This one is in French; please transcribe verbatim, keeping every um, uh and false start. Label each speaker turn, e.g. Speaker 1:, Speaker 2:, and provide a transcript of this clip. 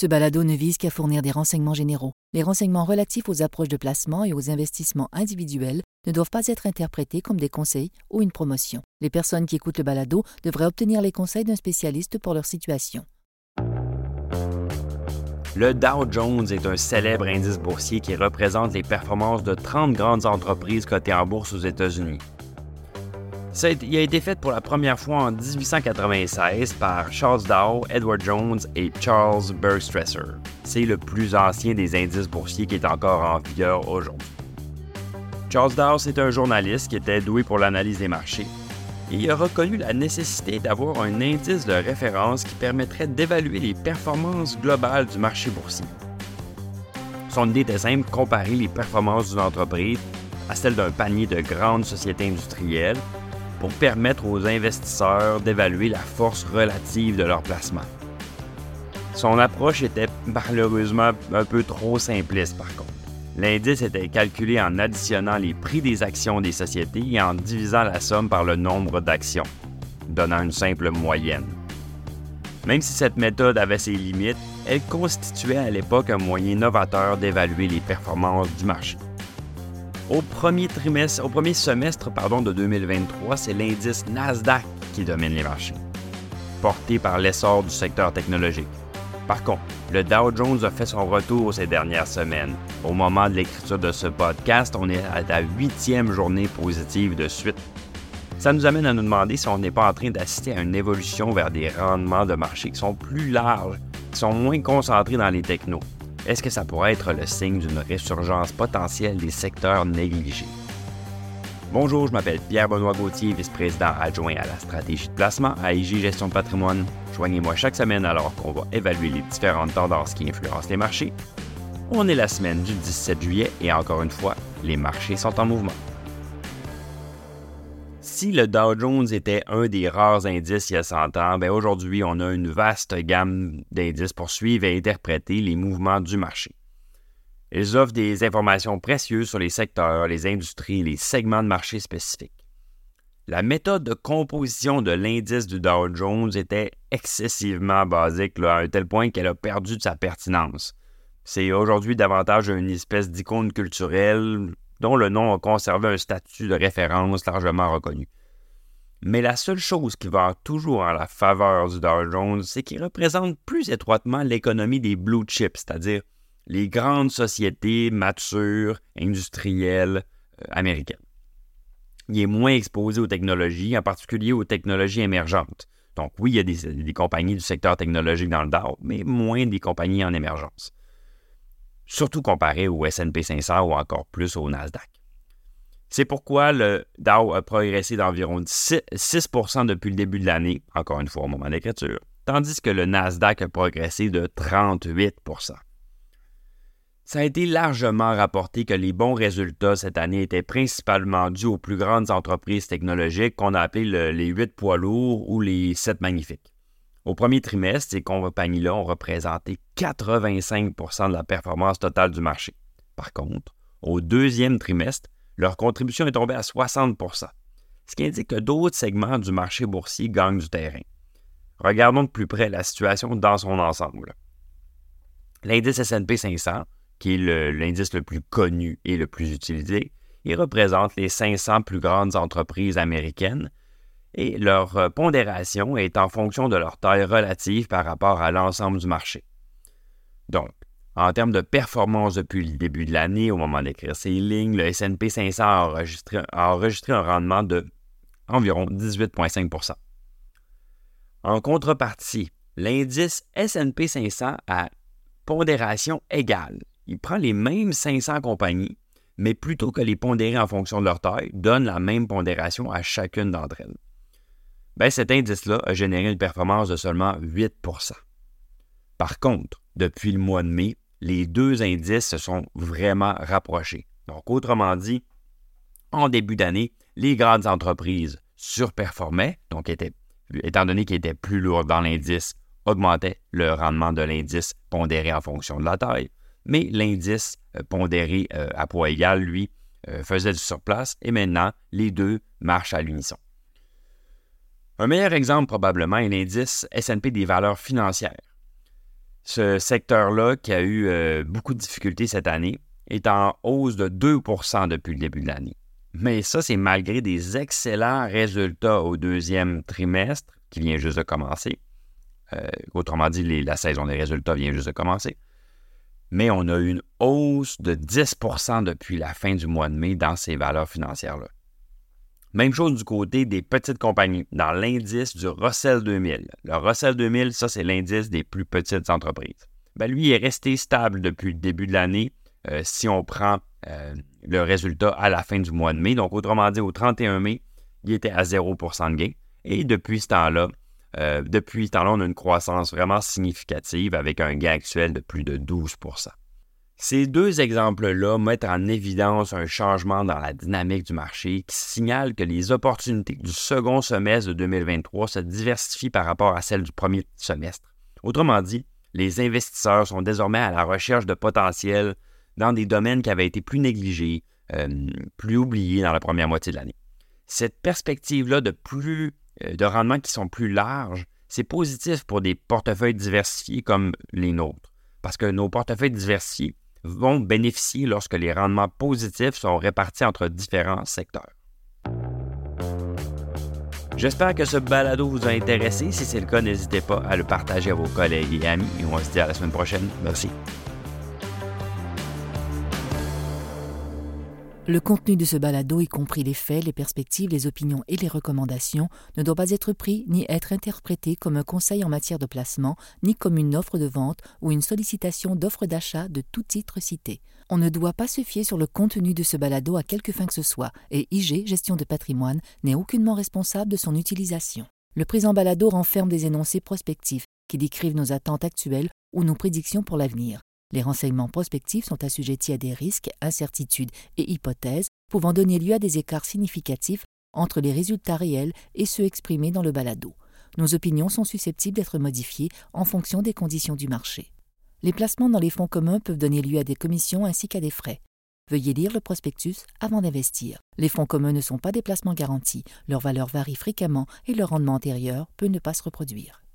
Speaker 1: Ce balado ne vise qu'à fournir des renseignements généraux. Les renseignements relatifs aux approches de placement et aux investissements individuels ne doivent pas être interprétés comme des conseils ou une promotion. Les personnes qui écoutent le balado devraient obtenir les conseils d'un spécialiste pour leur situation.
Speaker 2: Le Dow Jones est un célèbre indice boursier qui représente les performances de trente grandes entreprises cotées en bourse aux États-Unis. Ça a été, il a été fait pour la première fois en dix-huit cent quatre-vingt-seize par Charles Dow, Edward Jones et Charles Bergstresser. C'est le plus ancien des indices boursiers qui est encore en vigueur aujourd'hui. Charles Dow, c'est un journaliste qui était doué pour l'analyse des marchés et il a reconnu la nécessité d'avoir un indice de référence qui permettrait d'évaluer les performances globales du marché boursier. Son idée était simple, comparer les performances d'une entreprise à celles d'un panier de grandes sociétés industrielles pour permettre aux investisseurs d'évaluer la force relative de leur placement. Son approche était malheureusement un peu trop simpliste par contre. L'indice était calculé en additionnant les prix des actions des sociétés et en divisant la somme par le nombre d'actions, donnant une simple moyenne. Même si cette méthode avait ses limites, elle constituait à l'époque un moyen novateur d'évaluer les performances du marché. Au premier trimestre, au premier semestre pardon, de deux mille vingt-trois, c'est l'indice Nasdaq qui domine les marchés, porté par l'essor du secteur technologique. Par contre, le Dow Jones a fait son retour ces dernières semaines. Au moment de l'écriture de ce podcast, on est à la huitième journée positive de suite. Ça nous amène à nous demander si on n'est pas en train d'assister à une évolution vers des rendements de marché qui sont plus larges, qui sont moins concentrés dans les technos. Est-ce que ça pourrait être le signe d'une résurgence potentielle des secteurs négligés? Bonjour, je m'appelle Pierre-Benoît Gauthier, vice-président adjoint à la stratégie de placement à I G Gestion de patrimoine. Joignez-moi chaque semaine alors qu'on va évaluer les différentes tendances qui influencent les marchés. On est la semaine du dix-sept juillet et encore une fois, les marchés sont en mouvement. Si le Dow Jones était un des rares indices il y a cent ans, bien aujourd'hui, on a une vaste gamme d'indices pour suivre et interpréter les mouvements du marché. Ils offrent des informations précieuses sur les secteurs, les industries et les segments de marché spécifiques. La méthode de composition de l'indice du Dow Jones était excessivement basique, là, à un tel point qu'elle a perdu de sa pertinence. C'est aujourd'hui davantage une espèce d'icône culturelle dont le nom a conservé un statut de référence largement reconnu. Mais la seule chose qui va toujours en la faveur du Dow Jones, c'est qu'il représente plus étroitement l'économie des blue chips, c'est-à-dire les grandes sociétés matures, industrielles, euh, américaines. Il est moins exposé aux technologies, en particulier aux technologies émergentes. Donc oui, il y a des, des compagnies du secteur technologique dans le Dow, mais moins des compagnies en émergence. Surtout comparé au S and P cinq cents ou encore plus au Nasdaq. C'est pourquoi le Dow a progressé d'environ six pour cent depuis le début de l'année, encore une fois au moment de l'écriture, tandis que le Nasdaq a progressé de trente-huit pour cent. Ça a été largement rapporté que les bons résultats cette année étaient principalement dus aux plus grandes entreprises technologiques qu'on a appelées le, les huit poids lourds ou les sept magnifiques. Au premier trimestre, ces compagnies-là ont représenté quatre-vingt-cinq pour cent de la performance totale du marché. Par contre, au deuxième trimestre, leur contribution est tombée à soixante pour cent, ce qui indique que d'autres segments du marché boursier gagnent du terrain. Regardons de plus près la situation dans son ensemble. L'indice S and P cinq cents, qui est le, l'indice le plus connu et le plus utilisé, il représente les cinq cents plus grandes entreprises américaines et leur pondération est en fonction de leur taille relative par rapport à l'ensemble du marché. Donc, en termes de performance depuis le début de l'année, au moment d'écrire ces lignes, le S and P cinq cents a enregistré, a enregistré un rendement de environ dix-huit virgule cinq pour cent. En contrepartie, l'indice S and P cinq cents a pondération égale. Il prend les mêmes cinq cents compagnies, mais plutôt que les pondérer en fonction de leur taille, donne la même pondération à chacune d'entre elles. Bien, cet indice-là a généré une performance de seulement huit pour cent. Par contre, depuis le mois de mai, les deux indices se sont vraiment rapprochés. Donc, autrement dit, en début d'année, les grandes entreprises surperformaient, donc étaient, étant donné qu'ils étaient plus lourds dans l'indice, augmentaient le rendement de l'indice pondéré en fonction de la taille. Mais l'indice euh, pondéré euh, à poids égal, lui, euh, faisait du surplace et maintenant, les deux marchent à l'unisson. Un meilleur exemple probablement est l'indice S and P des valeurs financières. Ce secteur-là, qui a eu euh, beaucoup de difficultés cette année, est en hausse de deux pour cent depuis le début de l'année. Mais ça, c'est malgré des excellents résultats au deuxième trimestre, qui vient juste de commencer. Euh, autrement dit, les, la saison des résultats vient juste de commencer. Mais on a eu une hausse de dix pour cent depuis la fin du mois de mai dans ces valeurs financières-là. Même chose du côté des petites compagnies, dans l'indice du Russell deux mille. Le Russell deux mille, ça, c'est l'indice des plus petites entreprises. Ben, lui, il est resté stable depuis le début de l'année euh, si on prend euh, le résultat à la fin du mois de mai. Donc, autrement dit, au trente et un mai, il était à zéro pour cent de gain. Et depuis ce temps-là, euh, depuis ce temps-là, on a une croissance vraiment significative avec un gain actuel de plus de douze pour cent. Ces deux exemples-là mettent en évidence un changement dans la dynamique du marché qui signale que les opportunités du second semestre de deux mille vingt-trois se diversifient par rapport à celles du premier semestre. Autrement dit, les investisseurs sont désormais à la recherche de potentiel dans des domaines qui avaient été plus négligés, euh, plus oubliés dans la première moitié de l'année. Cette perspective-là de, plus, euh, de rendements qui sont plus larges, c'est positif pour des portefeuilles diversifiés comme les nôtres, parce que nos portefeuilles diversifiés vont bénéficier lorsque les rendements positifs sont répartis entre différents secteurs. J'espère que ce balado vous a intéressé. Si c'est le cas, n'hésitez pas à le partager à vos collègues et amis. Et on se dit à la semaine prochaine. Merci.
Speaker 1: Le contenu de ce balado, y compris les faits, les perspectives, les opinions et les recommandations, ne doit pas être pris ni être interprété comme un conseil en matière de placement, ni comme une offre de vente ou une sollicitation d'offre d'achat de tout titre cité. On ne doit pas se fier sur le contenu de ce balado à quelque fin que ce soit, et I G, Gestion de patrimoine, n'est aucunement responsable de son utilisation. Le présent balado renferme des énoncés prospectifs qui décrivent nos attentes actuelles ou nos prédictions pour l'avenir. Les renseignements prospectifs sont assujettis à des risques, incertitudes et hypothèses pouvant donner lieu à des écarts significatifs entre les résultats réels et ceux exprimés dans le balado. Nos opinions sont susceptibles d'être modifiées en fonction des conditions du marché. Les placements dans les fonds communs peuvent donner lieu à des commissions ainsi qu'à des frais. Veuillez lire le prospectus avant d'investir. Les fonds communs ne sont pas des placements garantis, leur valeur varie fréquemment et leur rendement antérieur peut ne pas se reproduire.